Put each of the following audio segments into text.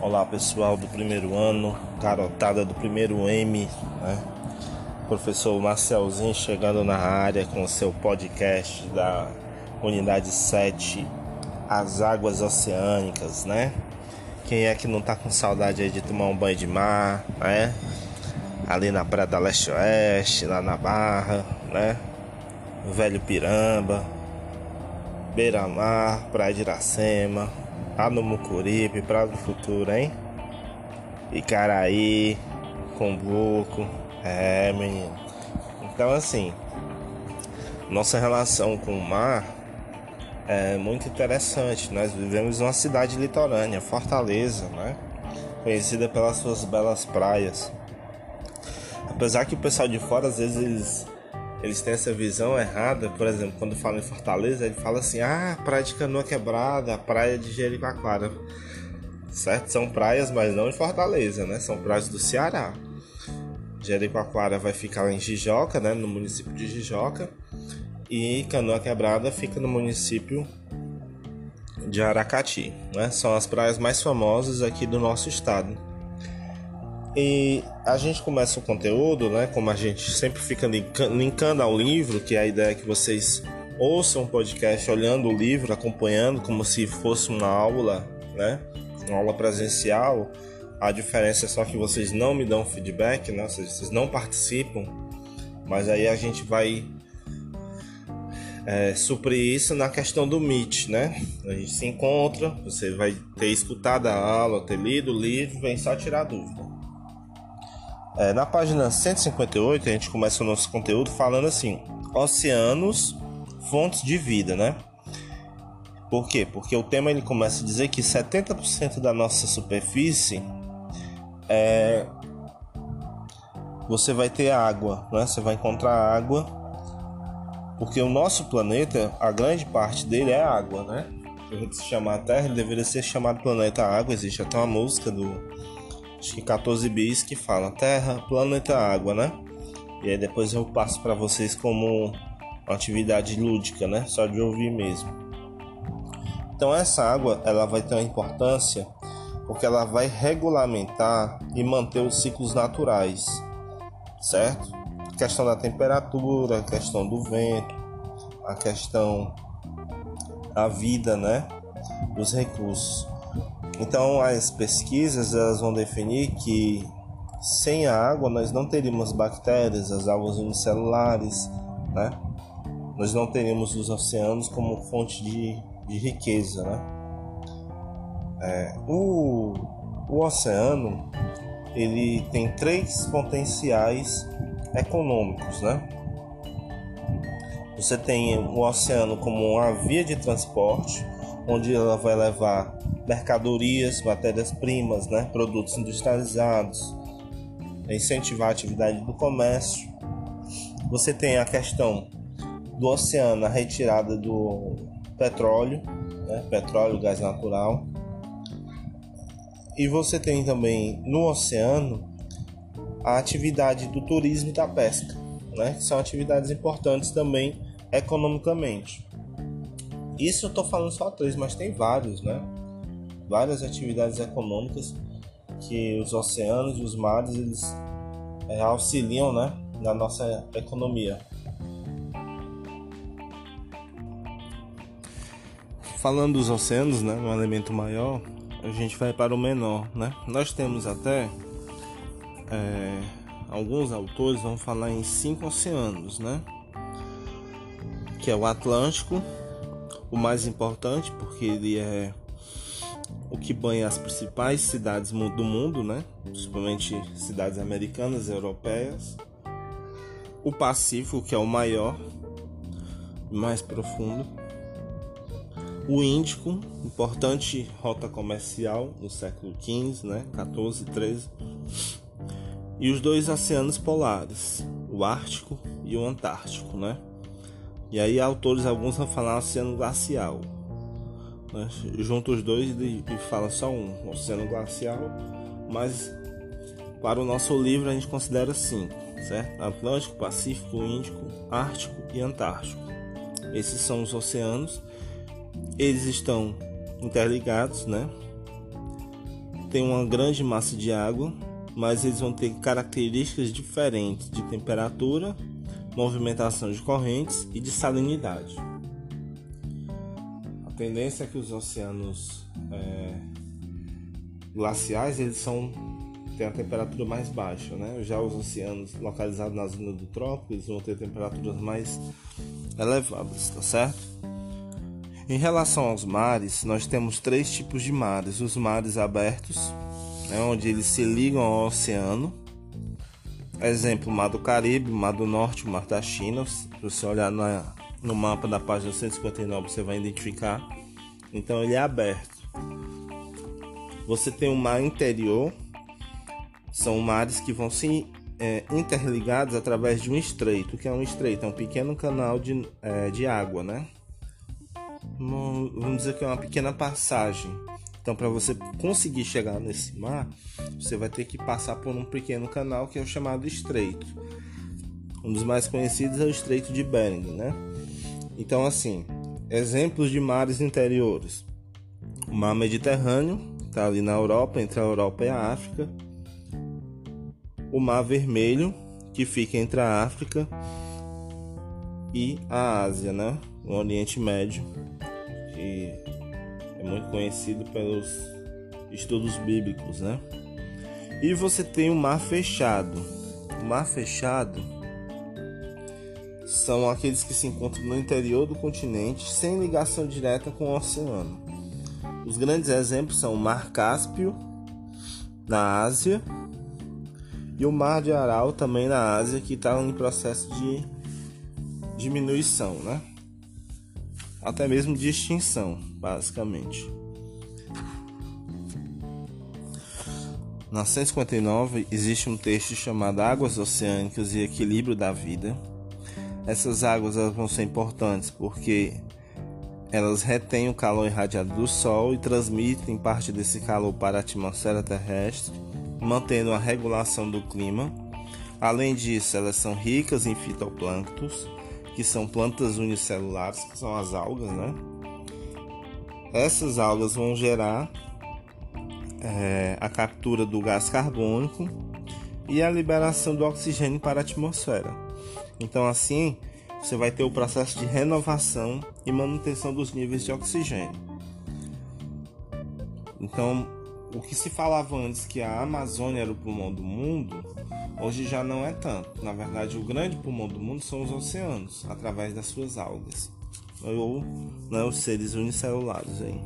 Olá pessoal do primeiro ano, garotada do primeiro M, né? Professor Marcelzinho chegando na área com o seu podcast da unidade 7, As Águas Oceânicas, né? Quem é que não tá com saudade aí de tomar um banho de mar, né? Ali na Praia da Leste-Oeste, lá na Barra, né? Velho Piramba, Beira-Mar, Praia de Iracema, lá no Mucuripe, Praia do Futuro, hein? Icaraí, Combuco, menino. Então assim, nossa relação com o mar é muito interessante. Nós vivemos em uma cidade litorânea, Fortaleza, né? Conhecida pelas suas belas praias. Apesar que o pessoal de fora, às vezes, eles têm essa visão errada. Por exemplo, quando fala em Fortaleza, ele fala assim: praia de Canoa Quebrada, praia de Jericoacoara. Certo? São praias, mas não em Fortaleza, né? São praias do Ceará. Jericoacoara vai ficar lá em Jijoca, né? No município de Jijoca. E Canoa Quebrada fica no município de Aracati, né? São as praias mais famosas aqui do nosso estado. E a gente começa o conteúdo, né? Como a gente sempre fica linkando ao livro, que a ideia é que vocês ouçam o podcast olhando o livro, acompanhando como se fosse uma aula, né? Uma aula presencial. A diferença é só que vocês não me dão feedback, né? Ou seja, vocês não participam, mas aí a gente vai suprir isso na questão do Meet, né? A gente se encontra, você vai ter escutado a aula, ter lido o livro, vem só tirar dúvida. Na página 158 a gente começa o nosso conteúdo falando assim: oceanos, fontes de vida, né? Por quê? Porque o tema ele começa a dizer que 70% da nossa superfície você vai ter água, né? Você vai encontrar água, porque o nosso planeta, a grande parte dele é água, né? A gente se chamar a Terra, ele deveria ser chamado planeta Água. Existe até uma música do acho que 14 bis que fala Terra, planeta água, né? E aí depois eu passo para vocês como uma atividade lúdica, né? Só de ouvir mesmo. Então essa água, ela vai ter uma importância porque ela vai regulamentar e manter os ciclos naturais, certo? A questão da temperatura, a questão do vento, a questão da vida, né? Dos recursos. Então as pesquisas elas vão definir que sem a água nós não teríamos bactérias, as algas unicelulares, né? Nós não teríamos os oceanos como fonte de riqueza, né? O oceano ele tem 3 potenciais econômicos, né? Você tem o oceano como uma via de transporte, onde ela vai levar mercadorias, matérias-primas, né? Produtos industrializados, incentivar a atividade do comércio. Você tem a questão do oceano, a retirada do petróleo, né? Petróleo, gás natural. E você tem também no oceano a atividade do turismo e da pesca, né? Que são atividades importantes também economicamente. Isso eu estou falando só 3, mas tem vários, né? Várias atividades econômicas que os oceanos e os mares eles auxiliam, né? Na nossa economia. Falando dos oceanos, né? Um elemento maior, a gente vai para o menor, né? Nós temos até alguns autores vão falar em 5 oceanos, né? Que é o Atlântico, o mais importante porque ele é o que banha as principais cidades do mundo, né? Principalmente cidades americanas e europeias. O Pacífico, que é o maior e mais profundo. O Índico, importante rota comercial no século XV, né? 14 e 13. E os 2 oceanos polares, o Ártico e o Antártico, né? E aí alguns vão falar oceano glacial, né? Junta os dois e fala só um oceano glacial, mas para o nosso livro a gente considera 5, certo? Atlântico, Pacífico, Índico, Ártico e Antártico. Esses são os oceanos. Eles estão interligados, né? têm uma grande massa de água, mas eles vão ter características diferentes de temperatura, movimentação de correntes e de salinidade. A tendência é que os oceanos glaciais eles têm a temperatura mais baixa, né? Já os oceanos localizados na zona do trópico eles vão ter temperaturas mais elevadas, tá certo? Em relação aos mares, nós temos 3 tipos de mares: os mares abertos, onde eles se ligam ao oceano. Exemplo, o Mar do Caribe, o Mar do Norte, o Mar da China. Se você olhar no mapa da página 159, você vai identificar. Então ele é aberto. Você tem o mar interior, são mares que vão se interligados através de um estreito. O que é um estreito? É um pequeno canal de água, né? Vamos dizer que é uma pequena passagem. Então, para você conseguir chegar nesse mar, você vai ter que passar por um pequeno canal que é o chamado estreito. Um dos mais conhecidos é o Estreito de Bering, né? Então, assim, exemplos de mares interiores: o Mar Mediterrâneo, está ali na Europa, entre a Europa e a África. O Mar Vermelho, que fica entre a África e a Ásia, né? O Oriente Médio, que é muito conhecido pelos estudos bíblicos, né? E você tem o Mar Fechado. O Mar Fechado são aqueles que se encontram no interior do continente, sem ligação direta com o oceano. Os grandes exemplos são o Mar Cáspio, na Ásia, e o Mar de Aral, também na Ásia, que está em processo de diminuição, né? Até mesmo de extinção, basicamente. Na 159 existe um texto chamado Águas Oceânicas e Equilíbrio da Vida. Essas águas elas vão ser importantes porque elas retêm o calor irradiado do Sol e transmitem parte desse calor para a atmosfera terrestre, mantendo a regulação do clima. Além disso, elas são ricas em fitoplânctons, que são plantas unicelulares, que são as algas, né? Essas algas vão gerar a captura do gás carbônico e a liberação do oxigênio para a atmosfera. Então, assim, você vai ter o processo de renovação e manutenção dos níveis de oxigênio. Então, o que se falava antes que a Amazônia era o pulmão do mundo, hoje já não é tanto. Na verdade, o grande pulmão do mundo são os oceanos, através das suas algas, ou os seres unicelulares aí.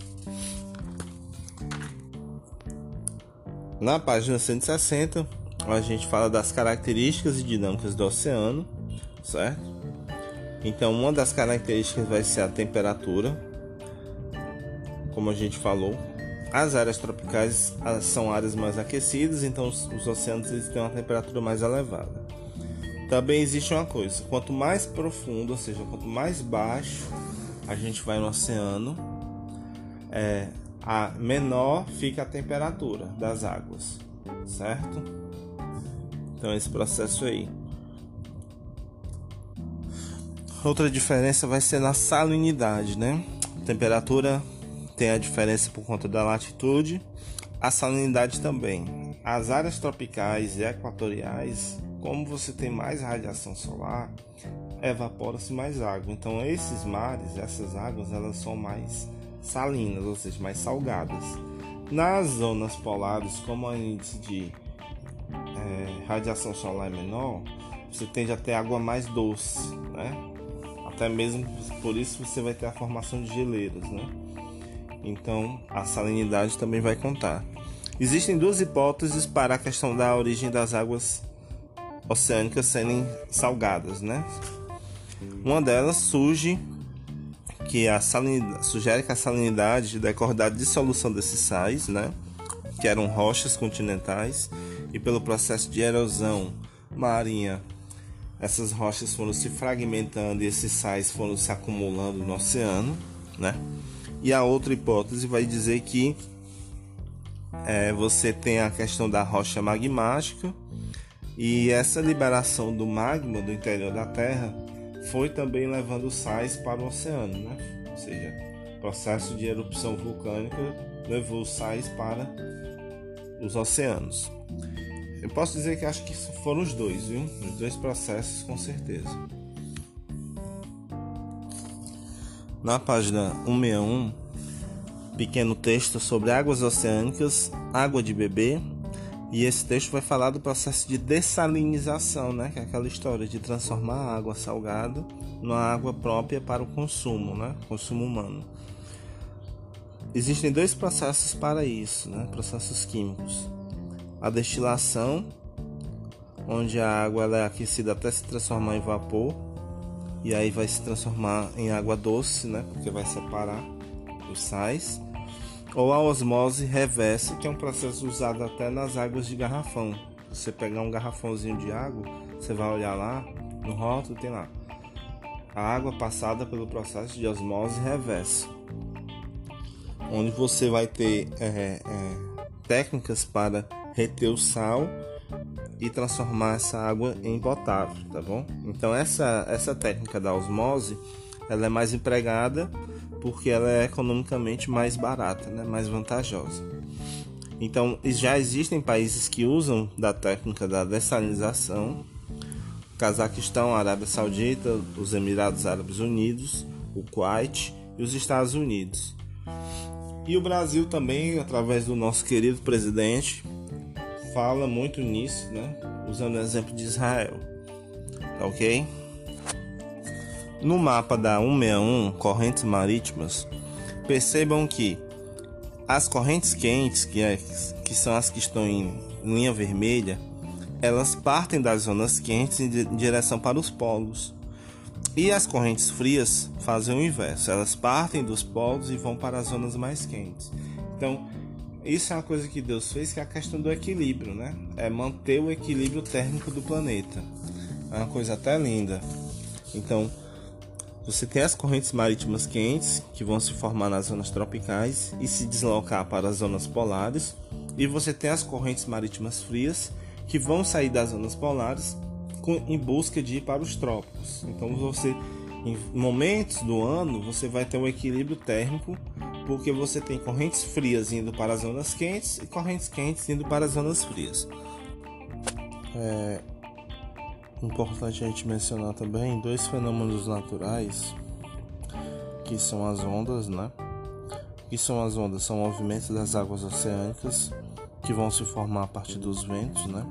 Na página 160, a gente fala das características e dinâmicas do oceano, certo? Então, uma das características vai ser a temperatura, como a gente falou. As áreas tropicais são áreas mais aquecidas, então os oceanos eles têm uma temperatura mais elevada. Também existe uma coisa: quanto mais profundo, ou seja, quanto mais baixo a gente vai no oceano, a menor fica a temperatura das águas, certo? Então esse processo aí. Outra diferença vai ser na salinidade, né? A temperatura tem a diferença por conta da latitude, a salinidade também. As áreas tropicais e equatoriais, como você tem mais radiação solar, evapora-se mais água. Então esses mares, essas águas, elas são mais salinas, ou seja, mais salgadas. Nas zonas polares, como o índice de radiação solar é menor, você tende a ter água mais doce, né? Até mesmo por isso você vai ter a formação de geleiras, né? Então a salinidade também vai contar. Existem 2 hipóteses para a questão da origem das águas oceânicas serem salgadas, né? Uma delas sugere que a salinidade decorre da dissolução desses sais, né? Que eram rochas continentais, e pelo processo de erosão marinha, essas rochas foram se fragmentando e esses sais foram se acumulando no oceano, né? E a outra hipótese vai dizer que você tem a questão da rocha magmática, e essa liberação do magma do interior da Terra foi também levando os sais para o oceano, né? Ou seja, o processo de erupção vulcânica levou os sais para os oceanos. Eu posso dizer que acho que foram os dois, viu? Os dois processos, com certeza. Na página 161, pequeno texto sobre águas oceânicas, água de beber, e esse texto vai falar do processo de dessalinização, né? Que é aquela história de transformar a água salgada numa água própria para o consumo, né? Consumo humano. Existem dois processos para isso, né? Processos químicos. A destilação, onde a água ela é aquecida até se transformar em vapor, e aí vai se transformar em água doce, né? Porque vai separar os sais. Ou a osmose reversa, que é um processo usado até nas águas de garrafão. Você pegar um garrafãozinho de água, você vai olhar lá, no rótulo tem lá: a água passada pelo processo de osmose reversa, onde você vai ter técnicas para reter o sal e transformar essa água em potável, tá bom? Então essa técnica da osmose, ela é mais empregada porque ela é economicamente mais barata, né? Mais vantajosa. Então já existem países que usam da técnica da dessalinização: Cazaquistão, Arábia Saudita, os Emirados Árabes Unidos, o Kuwait e os Estados Unidos. E o Brasil também, através do nosso querido presidente, fala muito nisso, né? Usando o exemplo de Israel. Tá ok? No mapa da 161, correntes marítimas, percebam que as correntes quentes, que são as que estão em linha vermelha, elas partem das zonas quentes em direção para os polos. E as correntes frias fazem o inverso, elas partem dos polos e vão para as zonas mais quentes. Então, isso é uma coisa que Deus fez, que é a questão do equilíbrio, né? É manter o equilíbrio térmico do planeta. É uma coisa até linda. Então, você tem as correntes marítimas quentes, que vão se formar nas zonas tropicais e se deslocar para as zonas polares. E você tem as correntes marítimas frias, que vão sair das zonas polares em busca de ir para os trópicos. Então você, em momentos do ano, você vai ter um equilíbrio térmico, porque você tem correntes frias indo para as zonas quentes e correntes quentes indo para as zonas frias. É importante a gente mencionar também dois fenômenos naturais, que são as ondas, né? O que são as ondas? São movimentos das águas oceânicas que vão se formar a partir dos ventos, né?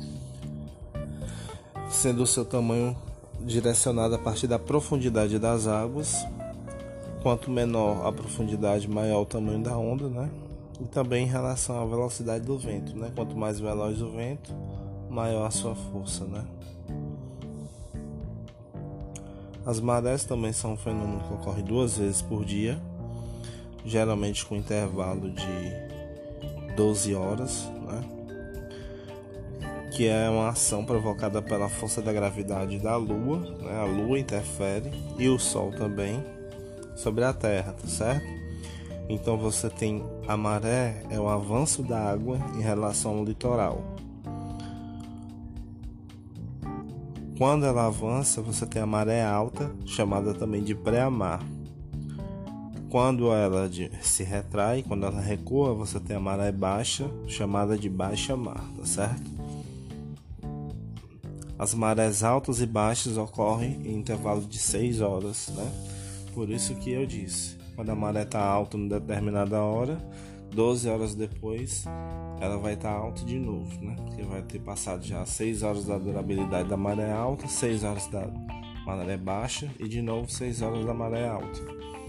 Sendo o seu tamanho direcionado a partir da profundidade das águas. Quanto menor a profundidade, maior o tamanho da onda, né? E também em relação à velocidade do vento, né? Quanto mais veloz o vento, maior a sua força, né? As marés também são um fenômeno que ocorre 2 vezes por dia, geralmente com intervalo de 12 horas, né? Que é uma ação provocada pela força da gravidade da Lua, né? A Lua interfere e o Sol também sobre a Terra, tá certo? Então você tem a maré, é o avanço da água em relação ao litoral. Quando ela avança, você tem a maré alta, chamada também de pré-mar. Quando ela se retrai, quando ela recua, você tem a maré baixa, chamada de baixa-mar, tá certo? As marés altas e baixas ocorrem em intervalo de 6 horas, né? Por isso que eu disse, quando a maré está alta em determinada hora, 12 horas depois, ela vai estar alta de novo, né? Porque vai ter passado já 6 horas da durabilidade da maré alta, 6 horas da maré baixa e de novo 6 horas da maré alta.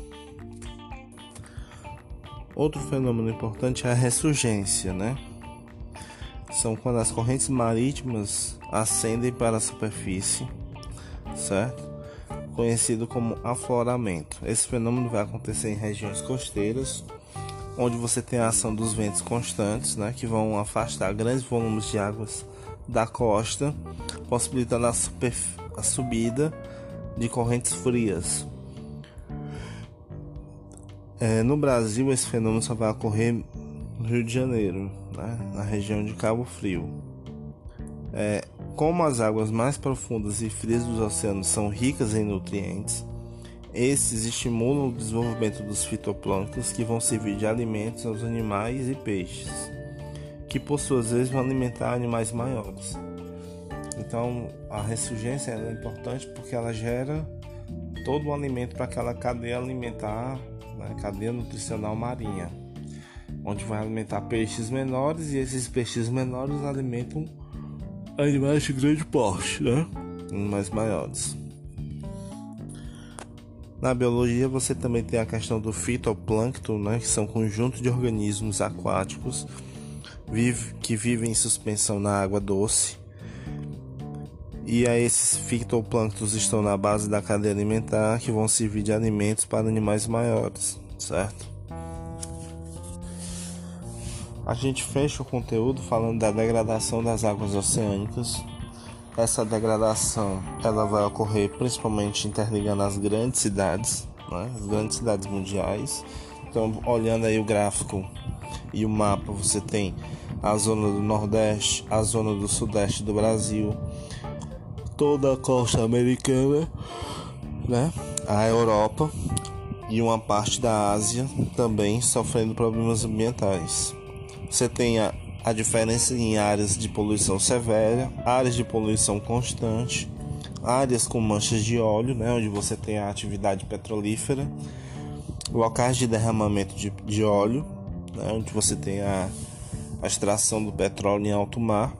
Outro fenômeno importante é a ressurgência, né? São quando as correntes marítimas ascendem para a superfície, certo? Conhecido como afloramento. Esse fenômeno vai acontecer em regiões costeiras, onde você tem a ação dos ventos constantes, né, que vão afastar grandes volumes de águas da costa, possibilitando a subida de correntes frias. No Brasil, esse fenômeno só vai ocorrer no Rio de Janeiro, né, na região de Cabo Frio. Como as águas mais profundas e frias dos oceanos são ricas em nutrientes, esses estimulam o desenvolvimento dos fitoplânctons, que vão servir de alimentos aos animais e peixes. que por suas vezes vão alimentar animais maiores. Então a ressurgência é importante porque ela gera todo o alimento para aquela cadeia alimentar, né, cadeia nutricional marinha, onde vai alimentar peixes menores, e esses peixes menores alimentam animais de grande porte, né? Animais maiores. Na biologia você também tem a questão do fitoplâncton, né, que são conjuntos de organismos aquáticos que vivem em suspensão na água doce. E aí esses fitoplânctons estão na base da cadeia alimentar, que vão servir de alimentos para animais maiores, certo? A gente fecha o conteúdo falando da degradação das águas oceânicas. Essa degradação ela vai ocorrer principalmente interligando as grandes cidades, né? As grandes cidades mundiais. Então, olhando aí o gráfico e o mapa, você tem a zona do Nordeste, a zona do Sudeste do Brasil, toda a costa americana, né? A Europa e uma parte da Ásia também sofrendo problemas ambientais. Você tem a diferença em áreas de poluição severa, áreas de poluição constante, áreas com manchas de óleo, né? Onde você tem a atividade petrolífera, locais de derramamento de óleo, né? Onde você tem a extração do petróleo em alto mar,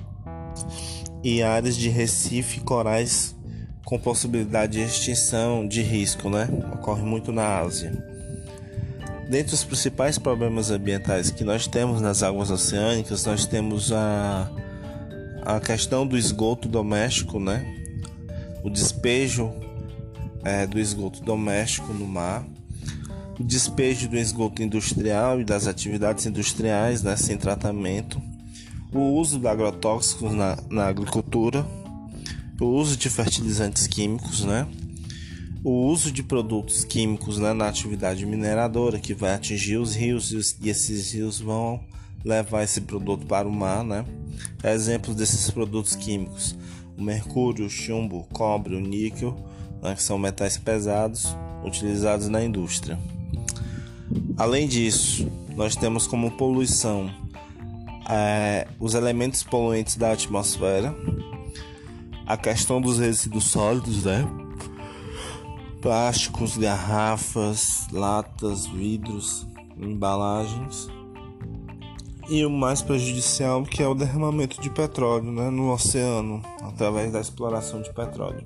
e áreas de recife e corais com possibilidade de extinção de risco, né? Ocorre muito na Ásia. Dentre os principais problemas ambientais que nós temos nas águas oceânicas, nós temos a questão do esgoto doméstico, né? O despejo do esgoto doméstico no mar, o despejo do esgoto industrial e das atividades industriais, né, sem tratamento, o uso de agrotóxicos na agricultura, o uso de fertilizantes químicos, né? O uso de produtos químicos, né, na atividade mineradora, que vai atingir os rios, e esses rios vão levar esse produto para o mar, né? Exemplos desses produtos químicos: o mercúrio, o chumbo, o cobre, o níquel, né, que são metais pesados utilizados na indústria. Além disso, nós temos como poluição os elementos poluentes da atmosfera, a questão dos resíduos sólidos, né? Plásticos, garrafas, latas, vidros, embalagens, e o mais prejudicial, que é o derramamento de petróleo, né, no oceano, através da exploração de petróleo.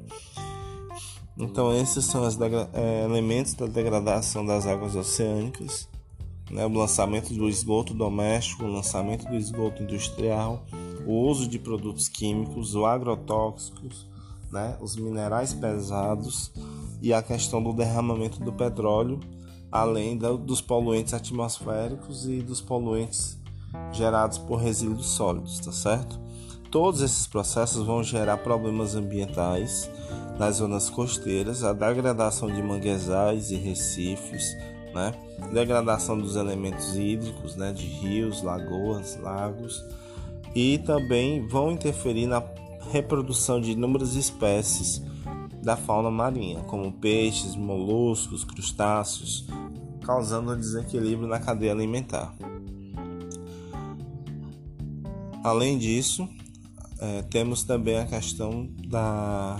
Então esses são os elementos da degradação das águas oceânicas, né, o lançamento do esgoto doméstico, o lançamento do esgoto industrial, o uso de produtos químicos, os agrotóxicos, né, os minerais pesados e a questão do derramamento do petróleo, além dos poluentes atmosféricos e dos poluentes gerados por resíduos sólidos, tá certo? Todos esses processos vão gerar problemas ambientais nas zonas costeiras, a degradação de manguezais e recifes, né? Degradação dos elementos hídricos, né? De rios, lagoas, lagos, e também vão interferir na reprodução de inúmeras espécies da fauna marinha, como peixes, moluscos, crustáceos, causando desequilíbrio na cadeia alimentar. Além disso, temos também a questão da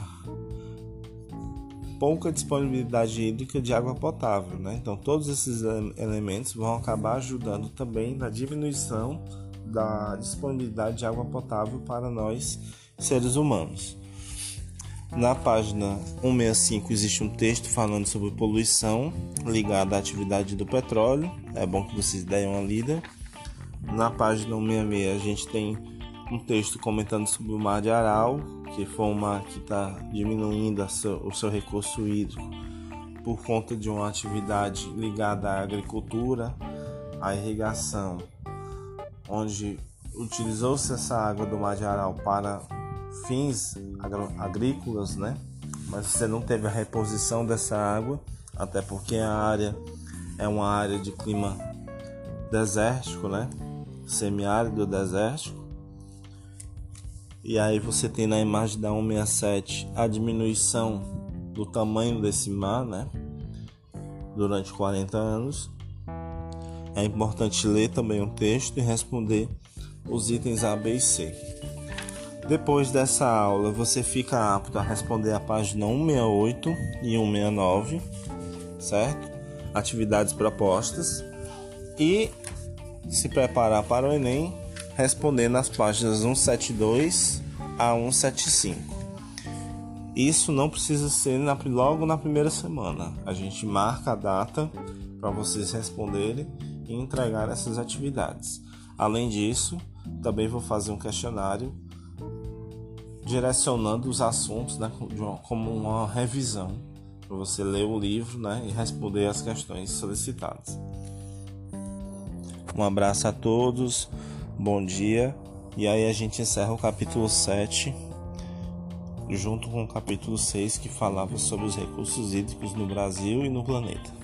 pouca disponibilidade hídrica de água potável, né? Então todos esses elementos vão acabar ajudando também na diminuição da disponibilidade de água potável para nós, seres humanos. Na página 165 existe um texto falando sobre poluição ligada à atividade do petróleo. É bom que vocês deem uma lida. Na página 166 a gente tem um texto comentando sobre o Mar de Aral, que foi um mar que está diminuindo o seu recurso hídrico por conta de uma atividade ligada à agricultura, à irrigação, onde utilizou-se essa água do Mar de Aral para fins agrícolas, né? Mas você não teve a reposição dessa água, até porque a área é uma área de clima desértico, né? Semiárido desértico. E aí você tem na imagem da 167 a diminuição do tamanho desse mar, né? Durante 40 anos. É importante ler também o texto e responder os itens A, B e C. Depois dessa aula, você fica apto a responder a página 168 e 169, certo? Atividades propostas. E se preparar para o Enem, respondendo as páginas 172 a 175. Isso não precisa ser logo na primeira semana. A gente marca a data para vocês responderem e entregar essas atividades. Além disso, também vou fazer um questionário direcionando os assuntos, né, como uma revisão, para você ler o livro, né, e responder as questões solicitadas. Um abraço a todos, bom dia, e aí a gente encerra o capítulo 7, junto com o capítulo 6, que falava sobre os recursos hídricos no Brasil e no planeta.